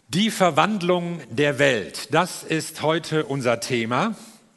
Die Verwandlung der Welt, das ist heute unser Thema.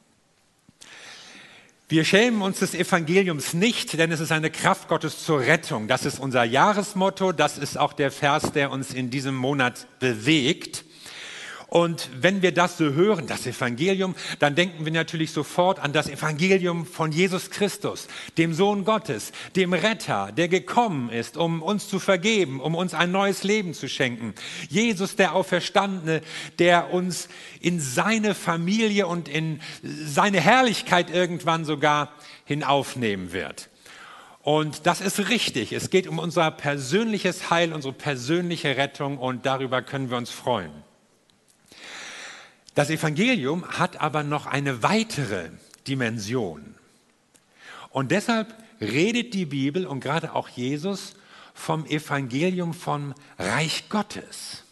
Wir schämen uns des Evangeliums nicht, denn es ist eine Kraft Gottes zur Rettung. Das ist unser Jahresmotto, das ist auch der Vers, der uns in diesem Monat bewegt. Und wenn wir das so hören, das Evangelium, dann denken wir natürlich sofort an das Evangelium von Jesus Christus, dem Sohn Gottes, dem Retter, der gekommen ist, um uns zu vergeben, um uns ein neues Leben zu schenken. Jesus, der Auferstandene, der uns in seine Familie und in seine Herrlichkeit irgendwann sogar hinaufnehmen wird. Und das ist richtig. Es geht um unser persönliches Heil, unsere persönliche Rettung und darüber können wir uns freuen. Das Evangelium hat aber noch eine weitere Dimension. Und deshalb redet die Bibel und gerade auch Jesus vom Evangelium vom Reich Gottes.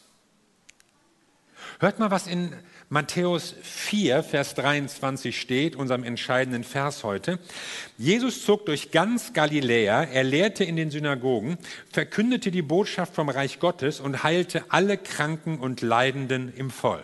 Hört mal, was in Matthäus 4, Vers 23 steht, unserem entscheidenden Vers heute. Jesus zog durch ganz Galiläa, er lehrte in den Synagogen, verkündete die Botschaft vom Reich Gottes und heilte alle Kranken und Leidenden im Volk.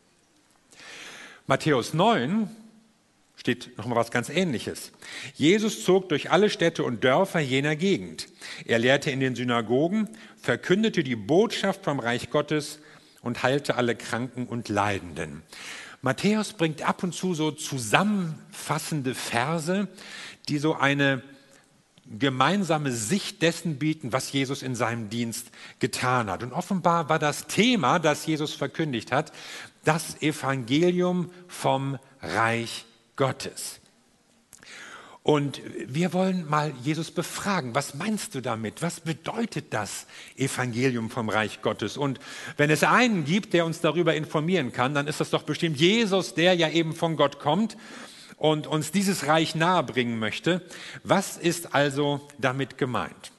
Matthäus 9 steht nochmal was ganz Ähnliches. Jesus zog durch alle Städte und Dörfer jener Gegend. Er lehrte in den Synagogen, verkündete die Botschaft vom Reich Gottes und heilte alle Kranken und Leidenden. Matthäus bringt ab und zu so zusammenfassende Verse, die so eine gemeinsame Sicht dessen bieten, was Jesus in seinem Dienst getan hat. Und offenbar war das Thema, das Jesus verkündigt hat, das Evangelium vom Reich Gottes. Und wir wollen mal Jesus befragen, was meinst du damit? Was bedeutet das Evangelium vom Reich Gottes? Und wenn es einen gibt, der uns darüber informieren kann, dann ist das doch bestimmt Jesus, der ja eben von Gott kommt und uns dieses Reich nahebringen möchte. Was ist also damit gemeint?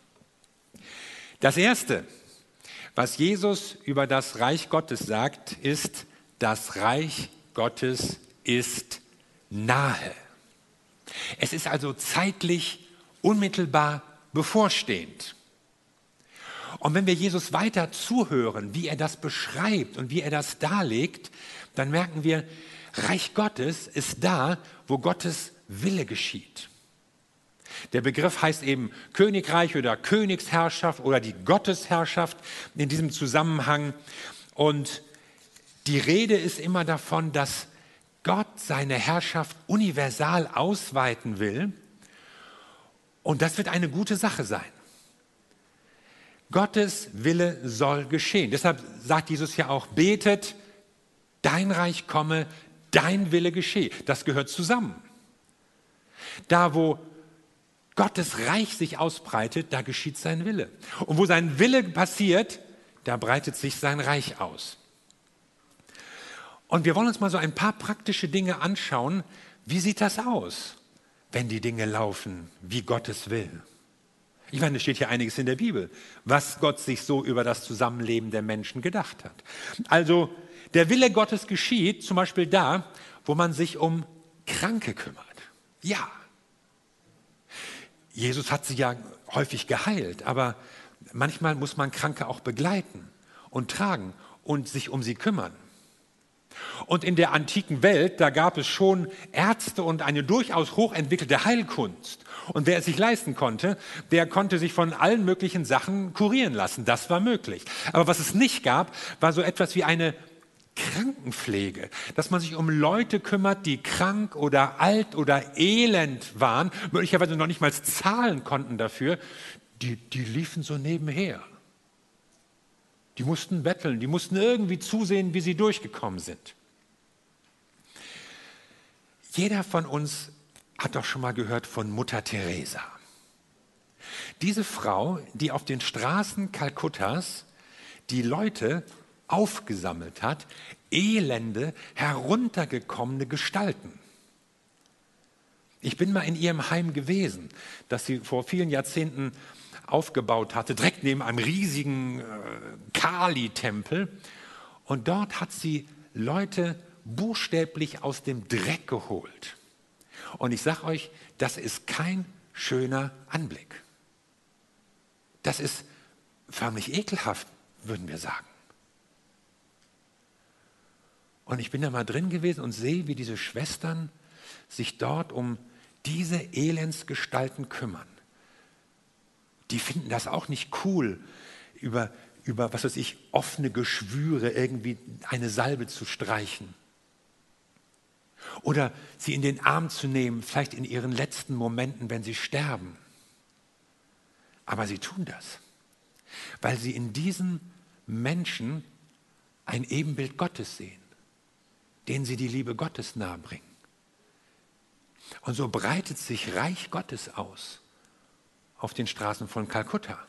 Das Erste, was Jesus über das Reich Gottes sagt, ist, das Reich Gottes ist nahe. Es ist also zeitlich unmittelbar bevorstehend. Und wenn wir Jesus weiter zuhören, wie er das beschreibt und wie er das darlegt, dann merken wir, Reich Gottes ist da, wo Gottes Wille geschieht. Der Begriff heißt eben Königreich oder Königsherrschaft oder die Gottesherrschaft in diesem Zusammenhang. Und die Rede ist immer davon, dass Gott seine Herrschaft universal ausweiten will. Und das wird eine gute Sache sein. Gottes Wille soll geschehen. Deshalb sagt Jesus ja auch, betet, dein Reich komme, dein Wille geschehe. Das gehört zusammen. Da, wo Gottes Reich sich ausbreitet, da geschieht sein Wille. Und wo sein Wille passiert, da breitet sich sein Reich aus. Und wir wollen uns mal so ein paar praktische Dinge anschauen. Wie sieht das aus, wenn die Dinge laufen, wie Gott es will? Ich meine, es steht hier einiges in der Bibel, was Gott sich so über das Zusammenleben der Menschen gedacht hat. Also der Wille Gottes geschieht zum Beispiel da, wo man sich um Kranke kümmert. Ja, Jesus hat sie ja häufig geheilt, aber manchmal muss man Kranke auch begleiten und tragen und sich um sie kümmern. Und in der antiken Welt, da gab es schon Ärzte und eine durchaus hochentwickelte Heilkunst. Und wer es sich leisten konnte, der konnte sich von allen möglichen Sachen kurieren lassen. Das war möglich. Aber was es nicht gab, war so etwas wie eine Krankenpflege, dass man sich um Leute kümmert, die krank oder alt oder elend waren, möglicherweise noch nicht mal zahlen konnten dafür. Die liefen so nebenher. Die mussten betteln, die mussten irgendwie zusehen, wie sie durchgekommen sind. Jeder von uns hat doch schon mal gehört von Mutter Teresa. Diese Frau, die auf den Straßen Kalkuttas die Leute aufgesammelt hat, elende, heruntergekommene Gestalten. Ich bin mal in ihrem Heim gewesen, das sie vor vielen Jahrzehnten aufgebaut hatte, direkt neben einem riesigen Kali-Tempel. Und dort hat sie Leute buchstäblich aus dem Dreck geholt. Und ich sage euch, das ist kein schöner Anblick. Das ist förmlich ekelhaft, würden wir sagen. Und ich bin da mal drin gewesen und sehe, wie diese Schwestern sich dort um diese Elendsgestalten kümmern. Die finden das auch nicht cool, über was weiß ich, offene Geschwüre irgendwie eine Salbe zu streichen. Oder sie in den Arm zu nehmen, vielleicht in ihren letzten Momenten, wenn sie sterben. Aber sie tun das, weil sie in diesen Menschen ein Ebenbild Gottes sehen, denen sie die Liebe Gottes nahebringen. Und so breitet sich Reich Gottes aus auf den Straßen von Kalkutta.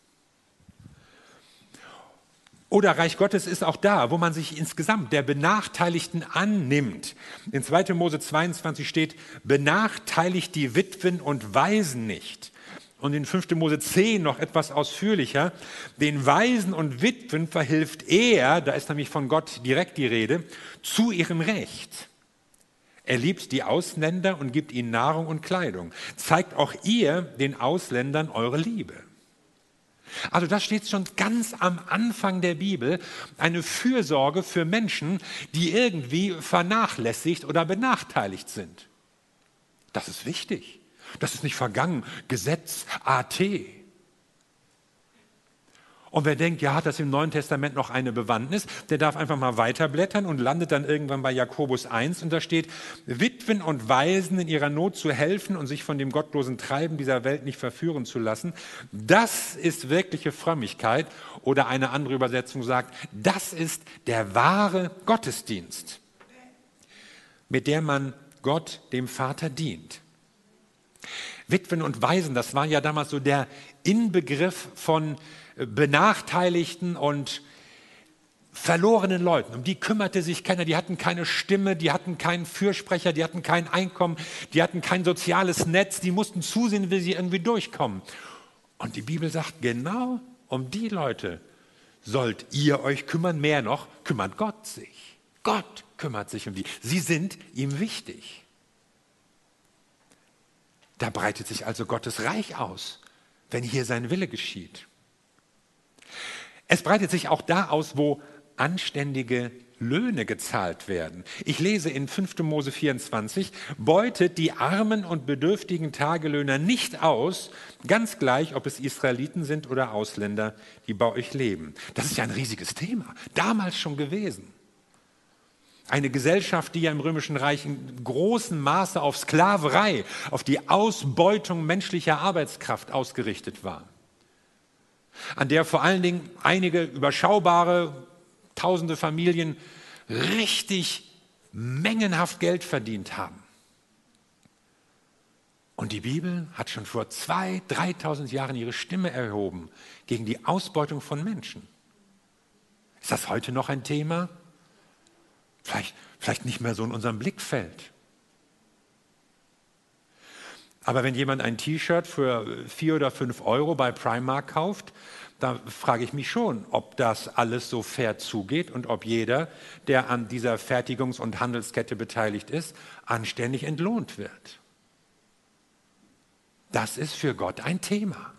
Oder Reich Gottes ist auch da, wo man sich insgesamt der Benachteiligten annimmt. In 2. Mose 22 steht, benachteiligt die Witwen und Waisen nicht. Und in 5. Mose 10 noch etwas ausführlicher, den Waisen und Witwen verhilft er, da ist nämlich von Gott direkt die Rede, zu ihrem Recht. Er liebt die Ausländer und gibt ihnen Nahrung und Kleidung. Zeigt auch ihr den Ausländern eure Liebe. Also das steht schon ganz am Anfang der Bibel, eine Fürsorge für Menschen, die irgendwie vernachlässigt oder benachteiligt sind. Das ist wichtig. Das ist nicht vergangen. Gesetz, AT. Und wer denkt, ja, hat das im Neuen Testament noch eine Bewandtnis, der darf einfach mal weiterblättern und landet dann irgendwann bei Jakobus 1 und da steht, Witwen und Waisen in ihrer Not zu helfen und sich von dem gottlosen Treiben dieser Welt nicht verführen zu lassen. Das ist wirkliche Frömmigkeit oder eine andere Übersetzung sagt, das ist der wahre Gottesdienst, mit der man Gott, dem Vater, dient. Witwen und Waisen, das war ja damals so der Inbegriff von benachteiligten und verlorenen Leuten. Um die kümmerte sich keiner, die hatten keine Stimme, die hatten keinen Fürsprecher, die hatten kein Einkommen, die hatten kein soziales Netz, die mussten zusehen, wie sie irgendwie durchkommen. Und die Bibel sagt, genau um die Leute sollt ihr euch kümmern, mehr noch, kümmert Gott sich. Gott kümmert sich um die. Sie sind ihm wichtig. Da breitet sich also Gottes Reich aus, wenn hier sein Wille geschieht. Es breitet sich auch da aus, wo anständige Löhne gezahlt werden. Ich lese in 5. Mose 24, beutet die armen und bedürftigen Tagelöhner nicht aus, ganz gleich, ob es Israeliten sind oder Ausländer, die bei euch leben. Das ist ja ein riesiges Thema, damals schon gewesen. Eine Gesellschaft, die ja im Römischen Reich in großem Maße auf Sklaverei, auf die Ausbeutung menschlicher Arbeitskraft ausgerichtet war. An der vor allen Dingen einige überschaubare, tausende Familien richtig mengenhaft Geld verdient haben. Und die Bibel hat schon vor 2.000, 3.000 Jahren ihre Stimme erhoben gegen die Ausbeutung von Menschen. Ist das heute noch ein Thema? Vielleicht nicht mehr so in unserem Blickfeld. Aber wenn jemand ein T-Shirt für 4 oder 5 Euro bei Primark kauft, da frage ich mich schon, ob das alles so fair zugeht und ob jeder, der an dieser Fertigungs- und Handelskette beteiligt ist, anständig entlohnt wird. Das ist für Gott ein Thema.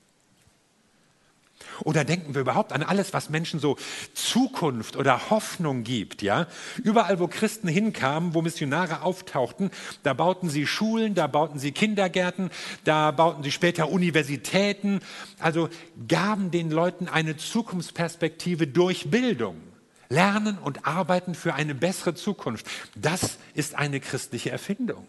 Oder denken wir überhaupt an alles, was Menschen so Zukunft oder Hoffnung gibt, ja? Überall, wo Christen hinkamen, wo Missionare auftauchten, da bauten sie Schulen, da bauten sie Kindergärten, da bauten sie später Universitäten, also gaben den Leuten eine Zukunftsperspektive durch Bildung. Lernen und arbeiten für eine bessere Zukunft. Das ist eine christliche Erfindung.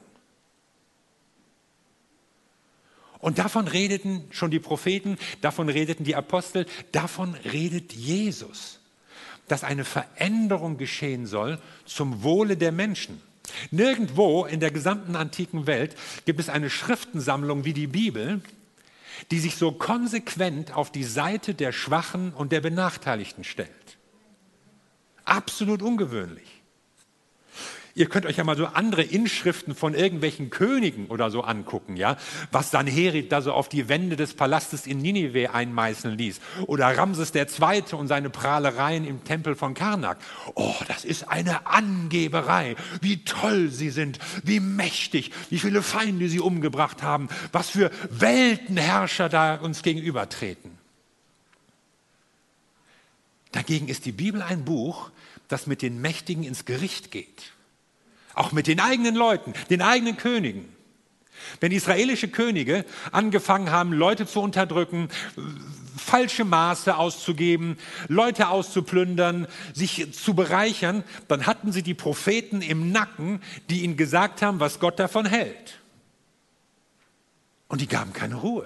Und davon redeten schon die Propheten, davon redeten die Apostel, davon redet Jesus, dass eine Veränderung geschehen soll zum Wohle der Menschen. Nirgendwo in der gesamten antiken Welt gibt es eine Schriftensammlung wie die Bibel, die sich so konsequent auf die Seite der Schwachen und der Benachteiligten stellt. Absolut ungewöhnlich. Ihr könnt euch ja mal so andere Inschriften von irgendwelchen Königen oder so angucken, ja, was Sanherib da so auf die Wände des Palastes in Ninive einmeißeln ließ oder Ramses II. Und seine Prahlereien im Tempel von Karnak. Oh, das ist eine Angeberei, wie toll sie sind, wie mächtig, wie viele Feinde sie umgebracht haben, was für Weltenherrscher da uns gegenübertreten. Da Dagegen ist die Bibel ein Buch, das mit den Mächtigen ins Gericht geht. Auch mit den eigenen Leuten, den eigenen Königen. Wenn israelische Könige angefangen haben, Leute zu unterdrücken, falsche Maße auszugeben, Leute auszuplündern, sich zu bereichern, dann hatten sie die Propheten im Nacken, die ihnen gesagt haben, was Gott davon hält. Und die gaben keine Ruhe.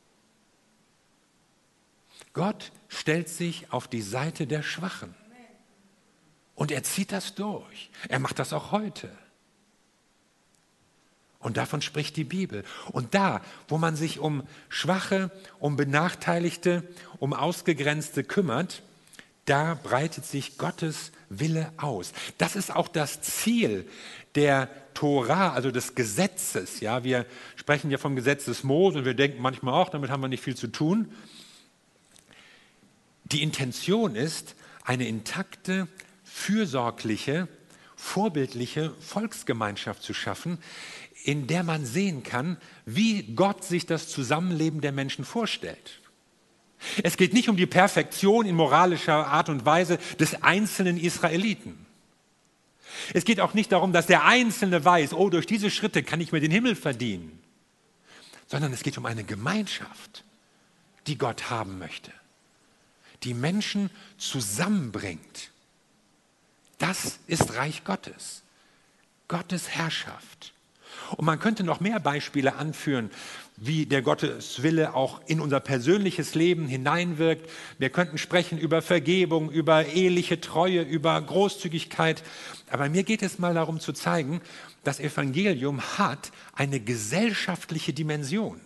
Gott stellt sich auf die Seite der Schwachen. Und er zieht das durch. Er macht das auch heute. Und davon spricht die Bibel. Und da, wo man sich um Schwache, um Benachteiligte, um Ausgegrenzte kümmert, da breitet sich Gottes Wille aus. Das ist auch das Ziel der Tora, also des Gesetzes. Ja, wir sprechen ja vom Gesetz des Mose und wir denken manchmal auch, damit haben wir nicht viel zu tun. Die Intention ist, eine intakte, fürsorgliche, vorbildliche Volksgemeinschaft zu schaffen, in der man sehen kann, wie Gott sich das Zusammenleben der Menschen vorstellt. Es geht nicht um die Perfektion in moralischer Art und Weise des einzelnen Israeliten. Es geht auch nicht darum, dass der Einzelne weiß, oh, durch diese Schritte kann ich mir den Himmel verdienen, sondern es geht um eine Gemeinschaft, die Gott haben möchte, die Menschen zusammenbringt. Das ist Reich Gottes, Gottes Herrschaft. Und man könnte noch mehr Beispiele anführen, wie der Gotteswille auch in unser persönliches Leben hineinwirkt. Wir könnten sprechen über Vergebung, über eheliche Treue, über Großzügigkeit. Aber mir geht es mal darum zu zeigen, das Evangelium hat eine gesellschaftliche Dimension.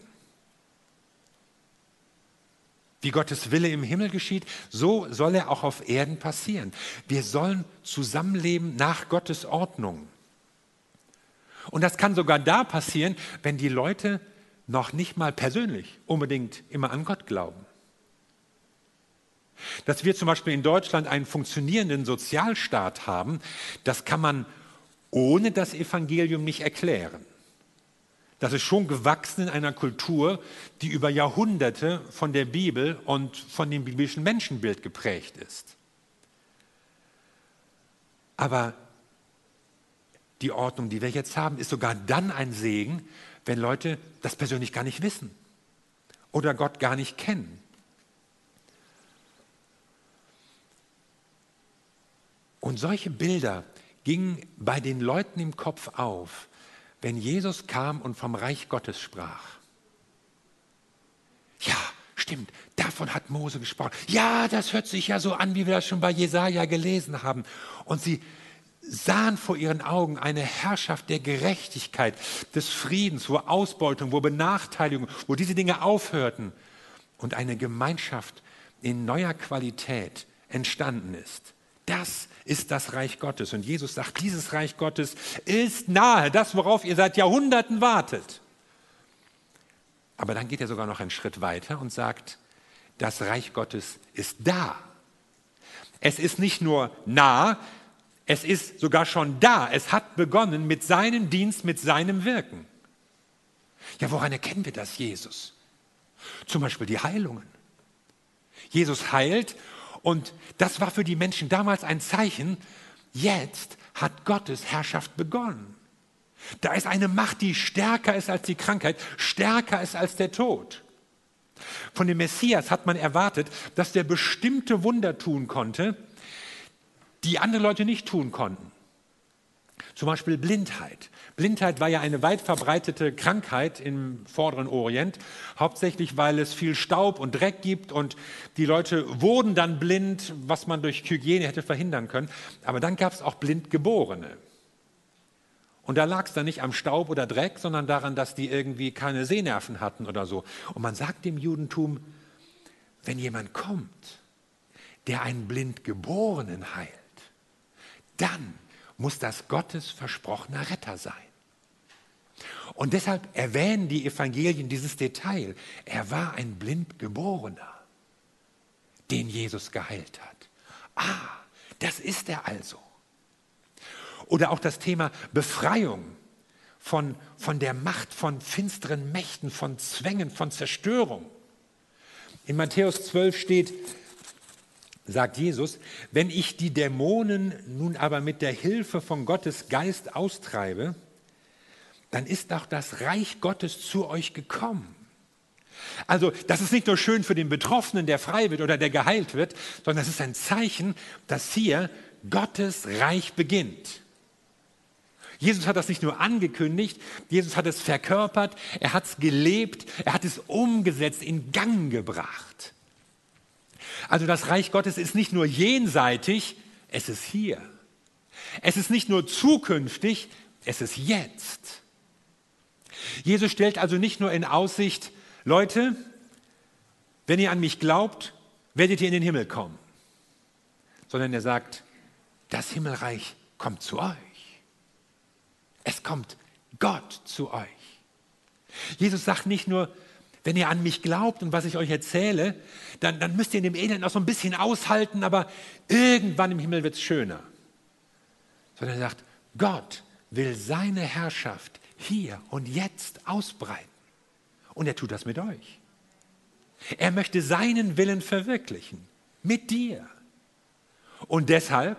Wie Gottes Wille im Himmel geschieht, so soll er auch auf Erden passieren. Wir sollen zusammenleben nach Gottes Ordnung. Und das kann sogar da passieren, wenn die Leute noch nicht mal persönlich unbedingt immer an Gott glauben. Dass wir zum Beispiel in Deutschland einen funktionierenden Sozialstaat haben, das kann man ohne das Evangelium nicht erklären. Das ist schon gewachsen in einer Kultur, die über Jahrhunderte von der Bibel und von dem biblischen Menschenbild geprägt ist. Aber die Ordnung, die wir jetzt haben, ist sogar dann ein Segen, wenn Leute das persönlich gar nicht wissen oder Gott gar nicht kennen. Und solche Bilder gingen bei den Leuten im Kopf auf, wenn Jesus kam und vom Reich Gottes sprach. Ja, stimmt, davon hat Mose gesprochen. Ja, das hört sich ja so an, wie wir das schon bei Jesaja gelesen haben. Und sie sahen vor ihren Augen eine Herrschaft der Gerechtigkeit, des Friedens, wo Ausbeutung, wo Benachteiligung, wo diese Dinge aufhörten und eine Gemeinschaft in neuer Qualität entstanden ist. Das ist das Reich Gottes. Und Jesus sagt, dieses Reich Gottes ist nahe, das, worauf ihr seit Jahrhunderten wartet. Aber dann geht er sogar noch einen Schritt weiter und sagt, das Reich Gottes ist da. Es ist nicht nur nah, es ist sogar schon da. Es hat begonnen mit seinem Dienst, mit seinem Wirken. Ja, woran erkennen wir das, Jesus? Zum Beispiel die Heilungen. Jesus heilt und das war für die Menschen damals ein Zeichen, jetzt hat Gottes Herrschaft begonnen. Da ist eine Macht, die stärker ist als die Krankheit, stärker ist als der Tod. Von dem Messias hat man erwartet, dass der bestimmte Wunder tun konnte, die andere Leute nicht tun konnten. Zum Beispiel Blindheit. Blindheit war ja eine weit verbreitete Krankheit im Vorderen Orient, hauptsächlich weil es viel Staub und Dreck gibt und die Leute wurden dann blind, was man durch Hygiene hätte verhindern können. Aber dann gab es auch Blindgeborene. Und da lag es dann nicht am Staub oder Dreck, sondern daran, dass die irgendwie keine Sehnerven hatten oder so. Und man sagt dem Judentum, wenn jemand kommt, der einen Blindgeborenen heilt, dann muss das Gottes versprochener Retter sein. Und deshalb erwähnen die Evangelien dieses Detail. Er war ein Blindgeborener, den Jesus geheilt hat. Ah, das ist er also. Oder auch das Thema Befreiung von der Macht von finsteren Mächten, von Zwängen, von Zerstörung. In Matthäus 12 steht, sagt Jesus, wenn ich die Dämonen nun aber mit der Hilfe von Gottes Geist austreibe, dann ist auch das Reich Gottes zu euch gekommen. Also das ist nicht nur schön für den Betroffenen, der frei wird oder der geheilt wird, sondern es ist ein Zeichen, dass hier Gottes Reich beginnt. Jesus hat das nicht nur angekündigt, Jesus hat es verkörpert, er hat es gelebt, er hat es umgesetzt, in Gang gebracht. Also das Reich Gottes ist nicht nur jenseitig, es ist hier. Es ist nicht nur zukünftig, es ist jetzt. Jesus stellt also nicht nur in Aussicht, Leute, wenn ihr an mich glaubt, werdet ihr in den Himmel kommen. Sondern er sagt, das Himmelreich kommt zu euch. Es kommt Gott zu euch. Jesus sagt nicht nur, wenn ihr an mich glaubt und was ich euch erzähle, dann müsst ihr in dem Elend noch so ein bisschen aushalten, aber irgendwann im Himmel wird es schöner. Sondern er sagt, Gott will seine Herrschaft hier und jetzt ausbreiten. Und er tut das mit euch. Er möchte seinen Willen verwirklichen. Mit dir. Und deshalb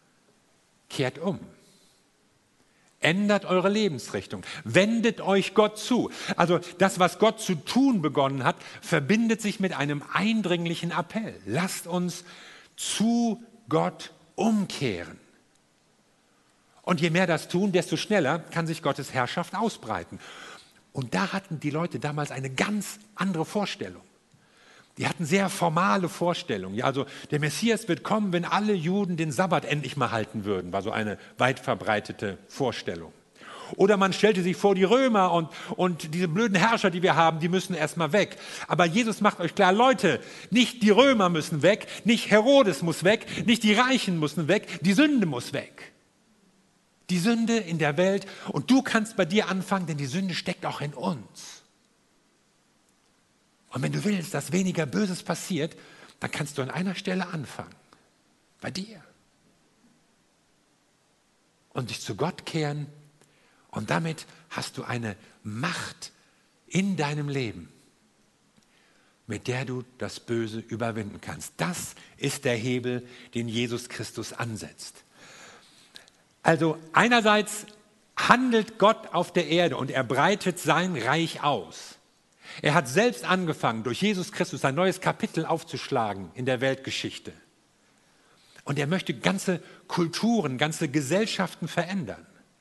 kehrt um. Ändert eure Lebensrichtung. Wendet euch Gott zu. Also das, was Gott zu tun begonnen hat, verbindet sich mit einem eindringlichen Appell. Lasst uns zu Gott umkehren. Und je mehr das tun, desto schneller kann sich Gottes Herrschaft ausbreiten. Und da hatten die Leute damals eine ganz andere Vorstellung. Die hatten sehr formale Vorstellungen. Ja, also der Messias wird kommen, wenn alle Juden den Sabbat endlich mal halten würden, war so eine weit verbreitete Vorstellung. Oder man stellte sich vor, die Römer und diese blöden Herrscher, die wir haben, die müssen erstmal weg. Aber Jesus macht euch klar, Leute, nicht die Römer müssen weg, nicht Herodes muss weg, nicht die Reichen müssen weg, die Sünde muss weg. Die Sünde in der Welt und du kannst bei dir anfangen, denn die Sünde steckt auch in uns. Und wenn du willst, dass weniger Böses passiert, dann kannst du an einer Stelle anfangen, bei dir. Und dich zu Gott kehren und damit hast du eine Macht in deinem Leben, mit der du das Böse überwinden kannst. Das ist der Hebel, den Jesus Christus ansetzt. Also einerseits handelt Gott auf der Erde und er breitet sein Reich aus. Er hat selbst angefangen, durch Jesus Christus ein neues Kapitel aufzuschlagen in der Weltgeschichte. Und er möchte ganze Kulturen, ganze Gesellschaften verändern.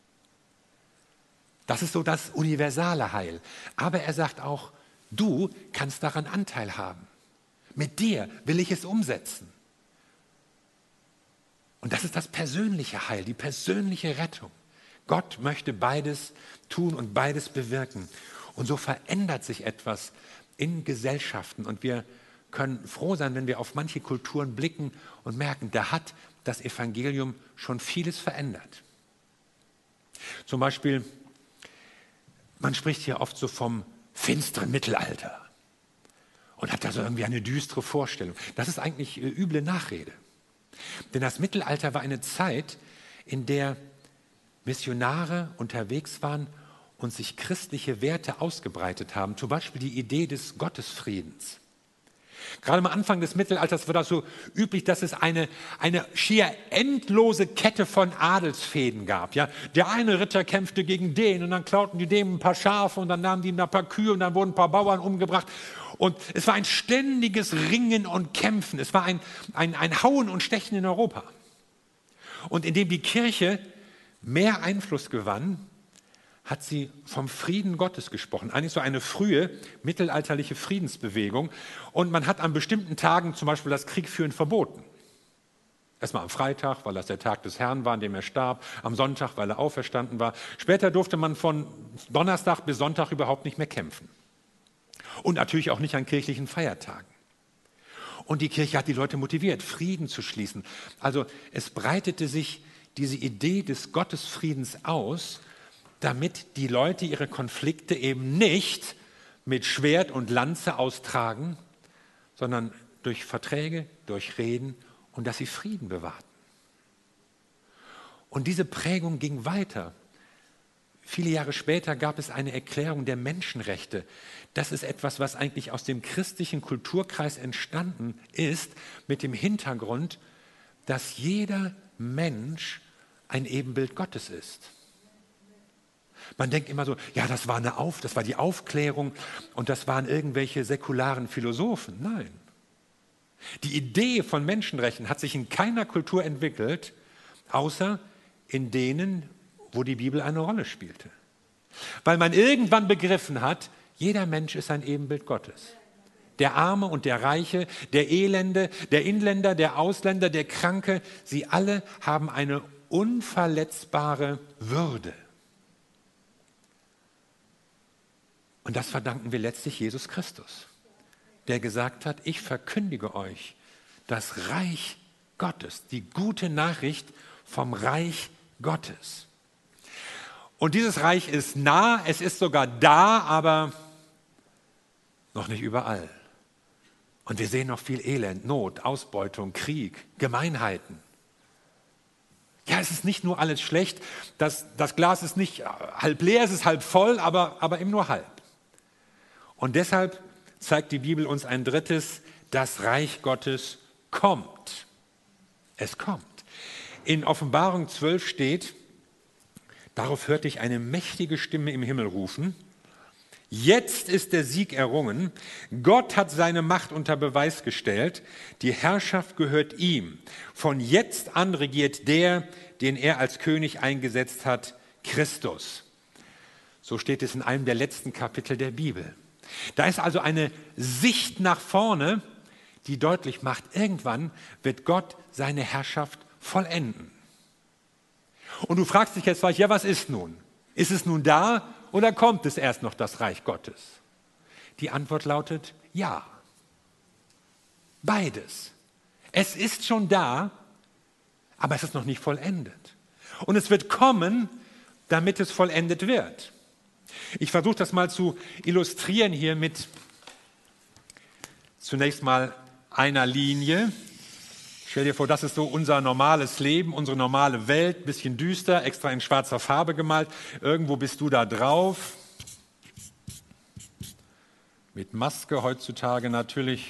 Das ist so das universale Heil. Aber er sagt auch, du kannst daran Anteil haben. Mit dir will ich es umsetzen. Und das ist das persönliche Heil, die persönliche Rettung. Gott möchte beides tun und beides bewirken. Und so verändert sich etwas in Gesellschaften. Und wir können froh sein, wenn wir auf manche Kulturen blicken und merken, da hat das Evangelium schon vieles verändert. Zum Beispiel, man spricht hier oft so vom finsteren Mittelalter und hat da so irgendwie eine düstere Vorstellung. Das ist eigentlich üble Nachrede. Denn das Mittelalter war eine Zeit, in der Missionare unterwegs waren und sich christliche Werte ausgebreitet haben. Zum Beispiel die Idee des Gottesfriedens. Gerade am Anfang des Mittelalters war das so üblich, dass es eine schier endlose Kette von Adelsfehden gab. Ja? Der eine Ritter kämpfte gegen den und dann klauten die dem ein paar Schafe und dann nahmen die ein paar Kühe und dann wurden ein paar Bauern umgebracht. Und es war ein ständiges Ringen und Kämpfen. Es war ein Hauen und Stechen in Europa. Und indem die Kirche mehr Einfluss gewann, hat sie vom Frieden Gottes gesprochen. Eigentlich so eine frühe mittelalterliche Friedensbewegung. Und man hat an bestimmten Tagen zum Beispiel das Kriegführen verboten. Erstmal am Freitag, weil das der Tag des Herrn war, an dem er starb. Am Sonntag, weil er auferstanden war. Später durfte man von Donnerstag bis Sonntag überhaupt nicht mehr kämpfen. Und natürlich auch nicht an kirchlichen Feiertagen. Und die Kirche hat die Leute motiviert, Frieden zu schließen. Also es breitete sich diese Idee des Gottesfriedens aus, damit die Leute ihre Konflikte eben nicht mit Schwert und Lanze austragen, sondern durch Verträge, durch Reden und dass sie Frieden bewahrten. Und diese Prägung ging weiter. viele Jahre später gab es eine Erklärung der Menschenrechte. Das ist etwas, was eigentlich aus dem christlichen Kulturkreis entstanden ist, mit dem Hintergrund, dass jeder Mensch ein Ebenbild Gottes ist. Man denkt immer so, ja, das war die Aufklärung und das waren irgendwelche säkularen Philosophen. Nein. Die Idee von Menschenrechten hat sich in keiner Kultur entwickelt, außer in denen, wo die Bibel eine Rolle spielte. Weil man irgendwann begriffen hat, jeder Mensch ist ein Ebenbild Gottes. Der Arme und der Reiche, der Elende, der Inländer, der Ausländer, der Kranke, sie alle haben eine unverletzbare Würde. Und das verdanken wir letztlich Jesus Christus, der gesagt hat, ich verkündige euch das Reich Gottes, die gute Nachricht vom Reich Gottes. Und dieses Reich ist nah, es ist sogar da, aber noch nicht überall. Und wir sehen noch viel Elend, Not, Ausbeutung, Krieg, Gemeinheiten. Ja, es ist nicht nur alles schlecht, das Glas ist nicht halb leer, es ist halb voll, aber eben nur halb. Und deshalb zeigt die Bibel uns ein drittes, das Reich Gottes kommt. Es kommt. In Offenbarung 12 steht, darauf hörte ich eine mächtige Stimme im Himmel rufen, jetzt ist der Sieg errungen, Gott hat seine Macht unter Beweis gestellt, die Herrschaft gehört ihm. Von jetzt an regiert der, den er als König eingesetzt hat, Christus. So steht es in einem der letzten Kapitel der Bibel. Da ist also eine Sicht nach vorne, die deutlich macht, irgendwann wird Gott seine Herrschaft vollenden. Und du fragst dich jetzt vielleicht, ja, was ist nun? Ist es nun da oder kommt es erst noch, das Reich Gottes? Die Antwort lautet ja. Beides. Es ist schon da, aber es ist noch nicht vollendet. Und es wird kommen, damit es vollendet wird. Ich versuche das mal zu illustrieren hier mit zunächst mal einer Linie. Stell dir vor, das ist so unser normales Leben, unsere normale Welt, ein bisschen düster, extra in schwarzer Farbe gemalt. Irgendwo bist du da drauf. Mit Maske heutzutage natürlich.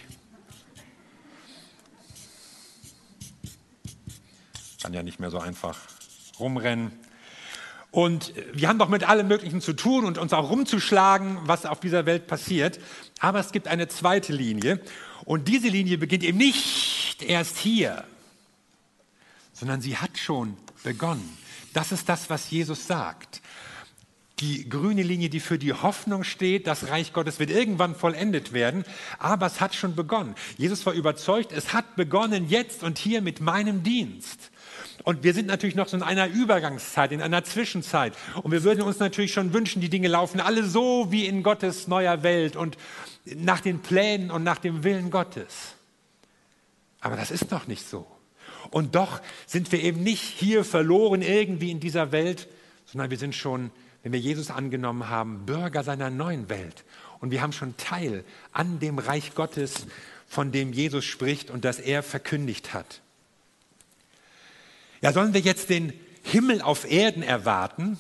Kann ja nicht mehr so einfach rumrennen. Und wir haben doch mit allem Möglichen zu tun und uns auch rumzuschlagen, was auf dieser Welt passiert. Aber es gibt eine zweite Linie. Und diese Linie beginnt eben nicht erst hier, sondern sie hat schon begonnen. Das ist das, was Jesus sagt. Die grüne Linie, die für die Hoffnung steht, das Reich Gottes wird irgendwann vollendet werden, aber es hat schon begonnen. Jesus war überzeugt, es hat begonnen jetzt und hier mit meinem Dienst. Und wir sind natürlich noch so in einer Übergangszeit, in einer Zwischenzeit. Und wir würden uns natürlich schon wünschen, die Dinge laufen alle so wie in Gottes neuer Welt und nach den Plänen und nach dem Willen Gottes. Aber das ist noch nicht so. Und doch sind wir eben nicht hier verloren irgendwie in dieser Welt, sondern wir sind schon, wenn wir Jesus angenommen haben, Bürger seiner neuen Welt. Und wir haben schon Teil an dem Reich Gottes, von dem Jesus spricht und das er verkündigt hat. Ja, sollen wir jetzt den Himmel auf Erden erwarten?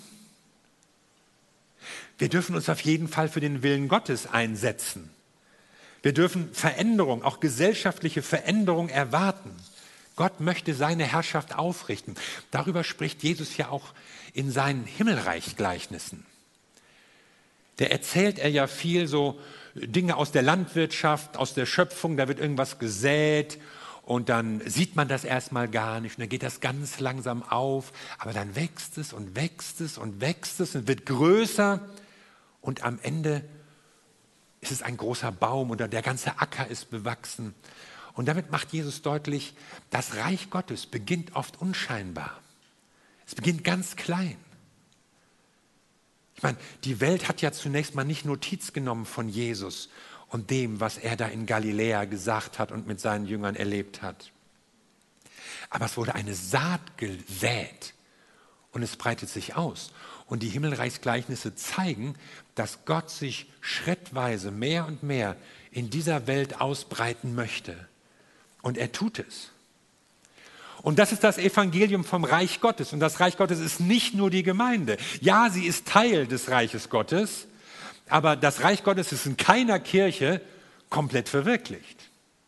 Wir dürfen uns auf jeden Fall für den Willen Gottes einsetzen. Wir dürfen Veränderung, auch gesellschaftliche Veränderung erwarten. Gott möchte seine Herrschaft aufrichten. Darüber spricht Jesus ja auch in seinen Himmelreichgleichnissen. Da erzählt er ja viel so Dinge aus der Landwirtschaft, aus der Schöpfung, da wird irgendwas gesät. Und dann sieht man das erstmal gar nicht und dann geht das ganz langsam auf, aber dann wächst es und wächst es und wächst es und wird größer und am Ende ist es ein großer Baum und der ganze Acker ist bewachsen. Und damit macht Jesus deutlich, das Reich Gottes beginnt oft unscheinbar. Es beginnt ganz klein. Ich meine, die Welt hat ja zunächst mal nicht Notiz genommen von Jesus und dem, was er da in Galiläa gesagt hat und mit seinen Jüngern erlebt hat. Aber es wurde eine Saat gesät und es breitet sich aus. Und die Himmelreichsgleichnisse zeigen, dass Gott sich schrittweise mehr und mehr in dieser Welt ausbreiten möchte. Und er tut es. Und das ist das Evangelium vom Reich Gottes. Und das Reich Gottes ist nicht nur die Gemeinde. Ja, sie ist Teil des Reiches Gottes, aber das Reich Gottes ist in keiner Kirche komplett verwirklicht.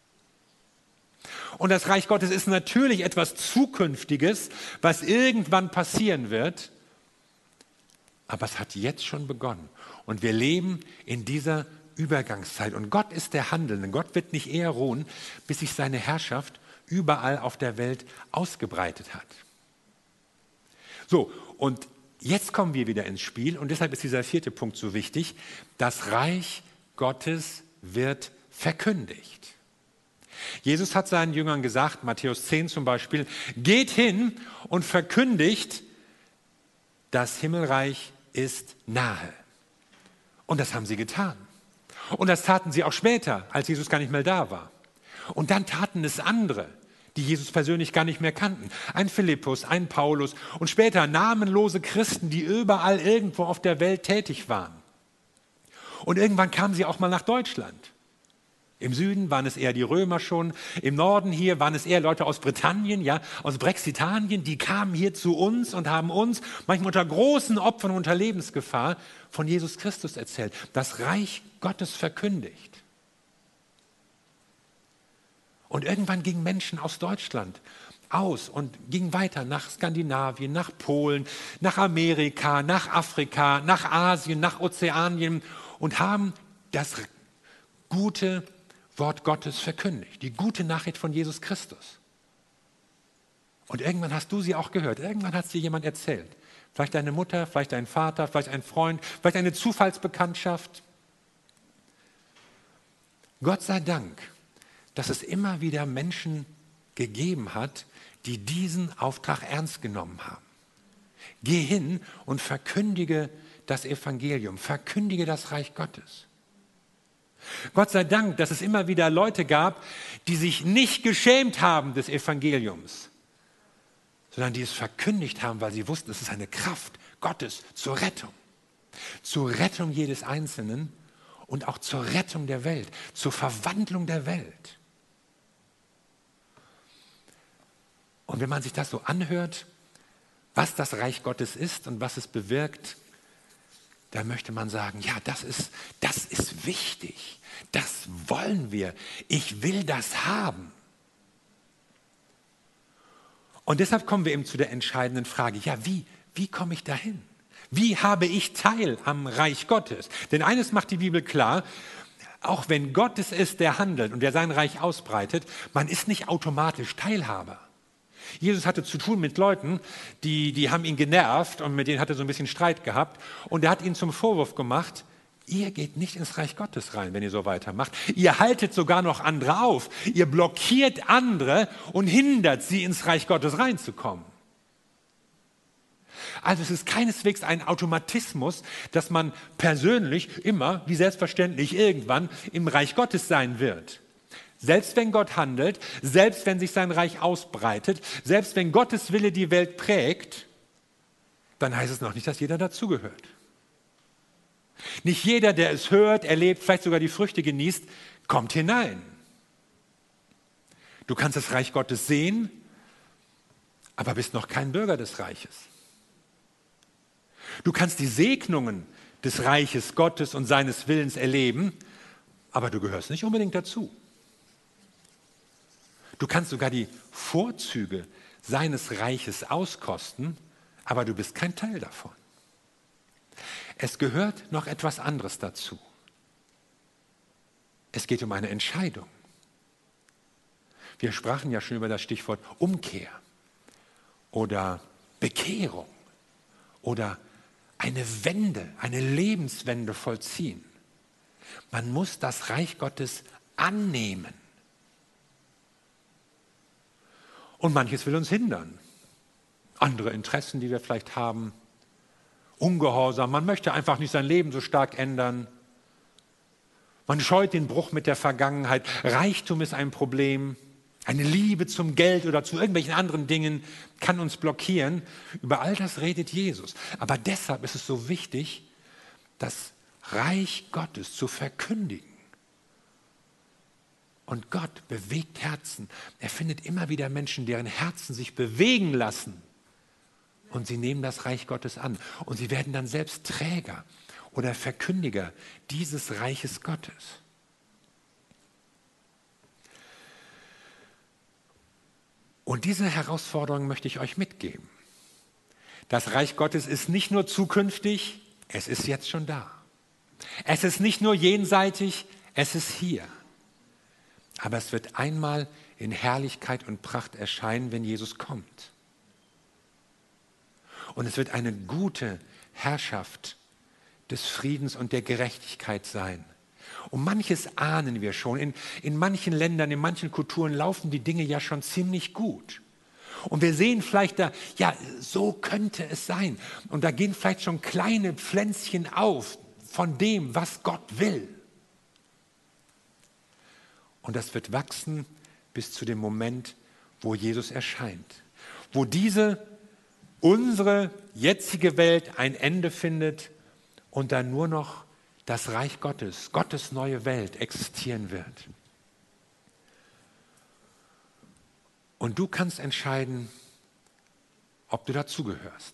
Und das Reich Gottes ist natürlich etwas Zukünftiges, was irgendwann passieren wird, aber es hat jetzt schon begonnen. Und wir leben in dieser Übergangszeit. Und Gott ist der Handelnde. Gott wird nicht eher ruhen, bis sich seine Herrschaft überall auf der Welt ausgebreitet hat. So, und jetzt kommen wir wieder ins Spiel und deshalb ist dieser 4. Punkt so wichtig. Das Reich Gottes wird verkündigt. Jesus hat seinen Jüngern gesagt, Matthäus 10 zum Beispiel, geht hin und verkündigt, das Himmelreich ist nahe. Und das haben sie getan. Und das taten sie auch später, als Jesus gar nicht mehr da war. Und dann taten es andere, die Jesus persönlich gar nicht mehr kannten. Ein Philippus, ein Paulus und später namenlose Christen, die überall irgendwo auf der Welt tätig waren. Und irgendwann kamen sie auch mal nach Deutschland. Im Süden waren es eher die Römer schon, im Norden hier waren es eher Leute aus Britannien, ja, aus Brexitanien, die kamen hier zu uns und haben uns manchmal unter großen Opfern und unter Lebensgefahr von Jesus Christus erzählt, das Reich Gottes verkündigt. Und irgendwann gingen Menschen aus Deutschland aus und gingen weiter nach Skandinavien, nach Polen, nach Amerika, nach Afrika, nach Asien, nach Ozeanien und haben das gute Wort Gottes verkündigt, die gute Nachricht von Jesus Christus. Und irgendwann hast du sie auch gehört, irgendwann hat es dir jemand erzählt. Vielleicht deine Mutter, vielleicht dein Vater, vielleicht ein Freund, vielleicht eine Zufallsbekanntschaft. Gott sei Dank, dass es immer wieder Menschen gegeben hat, die diesen Auftrag ernst genommen haben. Geh hin und verkündige das Evangelium, verkündige das Reich Gottes. Gott sei Dank, dass es immer wieder Leute gab, die sich nicht geschämt haben des Evangeliums, sondern die es verkündigt haben, weil sie wussten, es ist eine Kraft Gottes zur Rettung jedes Einzelnen und auch zur Rettung der Welt, zur Verwandlung der Welt. Und wenn man sich das so anhört, was das Reich Gottes ist und was es bewirkt, da möchte man sagen, ja, das ist wichtig, das wollen wir, ich will das haben. Und deshalb kommen wir eben zu der entscheidenden Frage, ja, wie komme ich dahin? Wie habe ich Teil am Reich Gottes? Denn eines macht die Bibel klar, auch wenn Gott es ist, der handelt und der sein Reich ausbreitet, man ist nicht automatisch Teilhaber. Jesus hatte zu tun mit Leuten, die haben ihn genervt und mit denen hat er so ein bisschen Streit gehabt. Und er hat ihnen zum Vorwurf gemacht, ihr geht nicht ins Reich Gottes rein, wenn ihr so weitermacht. Ihr haltet sogar noch andere auf. Ihr blockiert andere und hindert sie, ins Reich Gottes reinzukommen. Also es ist keineswegs ein Automatismus, dass man persönlich immer, wie selbstverständlich irgendwann, im Reich Gottes sein wird. Selbst wenn Gott handelt, selbst wenn sich sein Reich ausbreitet, selbst wenn Gottes Wille die Welt prägt, dann heißt es noch nicht, dass jeder dazugehört. Nicht jeder, der es hört, erlebt, vielleicht sogar die Früchte genießt, kommt hinein. Du kannst das Reich Gottes sehen, aber bist noch kein Bürger des Reiches. Du kannst die Segnungen des Reiches Gottes und seines Willens erleben, aber du gehörst nicht unbedingt dazu. Du kannst sogar die Vorzüge seines Reiches auskosten, aber du bist kein Teil davon. Es gehört noch etwas anderes dazu. Es geht um eine Entscheidung. Wir sprachen ja schon über das Stichwort Umkehr oder Bekehrung oder eine Wende, eine Lebenswende vollziehen. Man muss das Reich Gottes annehmen. Und manches will uns hindern. Andere Interessen, die wir vielleicht haben. Ungehorsam, man möchte einfach nicht sein Leben so stark ändern. Man scheut den Bruch mit der Vergangenheit. Reichtum ist ein Problem. Eine Liebe zum Geld oder zu irgendwelchen anderen Dingen kann uns blockieren. Über all das redet Jesus. Aber deshalb ist es so wichtig, das Reich Gottes zu verkündigen. Und Gott bewegt Herzen. Er findet immer wieder Menschen, deren Herzen sich bewegen lassen. Und sie nehmen das Reich Gottes an. Und sie werden dann selbst Träger oder Verkündiger dieses Reiches Gottes. Und diese Herausforderung möchte ich euch mitgeben. Das Reich Gottes ist nicht nur zukünftig, es ist jetzt schon da. Es ist nicht nur jenseitig, es ist hier. Aber es wird einmal in Herrlichkeit und Pracht erscheinen, wenn Jesus kommt. Und es wird eine gute Herrschaft des Friedens und der Gerechtigkeit sein. Und manches ahnen wir schon. In manchen Ländern, in manchen Kulturen laufen die Dinge ja schon ziemlich gut. Und wir sehen vielleicht da, ja, so könnte es sein. Und da gehen vielleicht schon kleine Pflänzchen auf von dem, was Gott will. Und das wird wachsen bis zu dem Moment, wo Jesus erscheint. Wo unsere jetzige Welt ein Ende findet und dann nur noch das Reich Gottes, Gottes neue Welt existieren wird. Und du kannst entscheiden, ob du dazugehörst.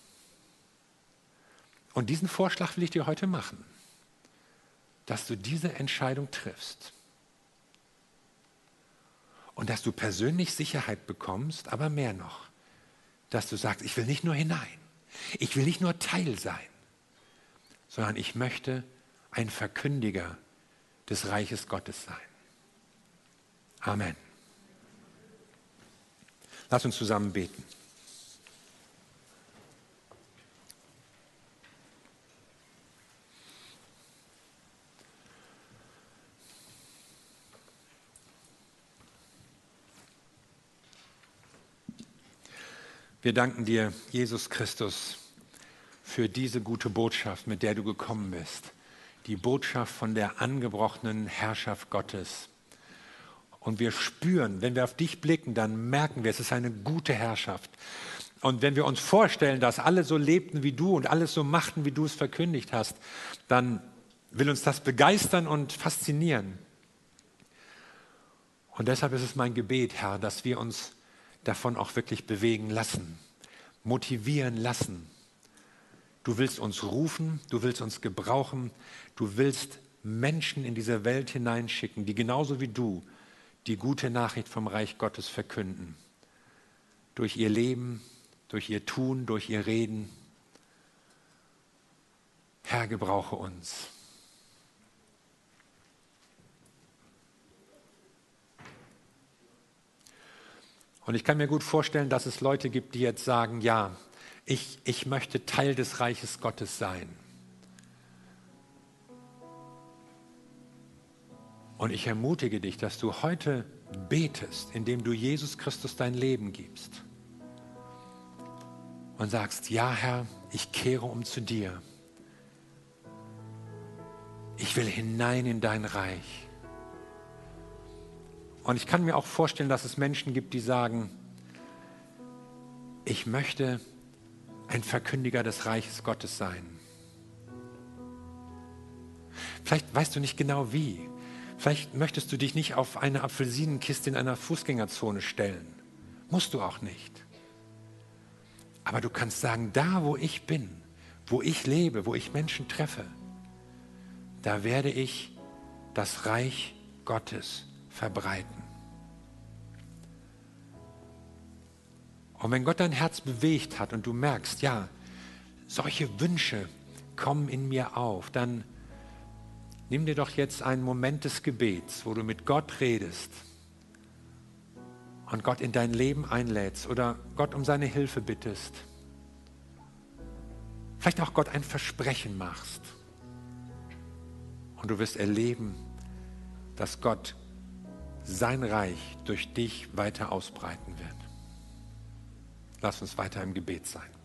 Und diesen Vorschlag will ich dir heute machen, dass du diese Entscheidung triffst. Und dass du persönlich Sicherheit bekommst, aber mehr noch, dass du sagst, ich will nicht nur hinein, ich will nicht nur Teil sein, sondern ich möchte ein Verkündiger des Reiches Gottes sein. Amen. Lass uns zusammen beten. Wir danken dir, Jesus Christus, für diese gute Botschaft, mit der du gekommen bist. Die Botschaft von der angebrochenen Herrschaft Gottes. Und wir spüren, wenn wir auf dich blicken, dann merken wir, es ist eine gute Herrschaft. Und wenn wir uns vorstellen, dass alle so lebten wie du und alles so machten, wie du es verkündigt hast, dann will uns das begeistern und faszinieren. Und deshalb ist es mein Gebet, Herr, dass wir uns davon auch wirklich bewegen lassen, motivieren lassen. Du willst uns rufen, du willst uns gebrauchen, du willst Menschen in diese Welt hineinschicken, die genauso wie du die gute Nachricht vom Reich Gottes verkünden. Durch ihr Leben, durch ihr Tun, durch ihr Reden. Herr, gebrauche uns. Und ich kann mir gut vorstellen, dass es Leute gibt, die jetzt sagen, ja, ich möchte Teil des Reiches Gottes sein. Und ich ermutige dich, dass du heute betest, indem du Jesus Christus dein Leben gibst. Und sagst, ja Herr, ich kehre um zu dir. Ich will hinein in dein Reich. Und ich kann mir auch vorstellen, dass es Menschen gibt, die sagen, ich möchte ein Verkündiger des Reiches Gottes sein. Vielleicht weißt du nicht genau wie. Vielleicht möchtest du dich nicht auf eine Apfelsinenkiste in einer Fußgängerzone stellen. Musst du auch nicht. Aber du kannst sagen, da wo ich bin, wo ich lebe, wo ich Menschen treffe, da werde ich das Reich Gottes verbreiten. Und wenn Gott dein Herz bewegt hat und du merkst, ja, solche Wünsche kommen in mir auf, dann nimm dir doch jetzt einen Moment des Gebets, wo du mit Gott redest und Gott in dein Leben einlädst oder Gott um seine Hilfe bittest. Vielleicht auch Gott ein Versprechen machst. Und du wirst erleben, dass Gott sein Reich durch dich weiter ausbreiten wird. Lass uns weiter im Gebet sein.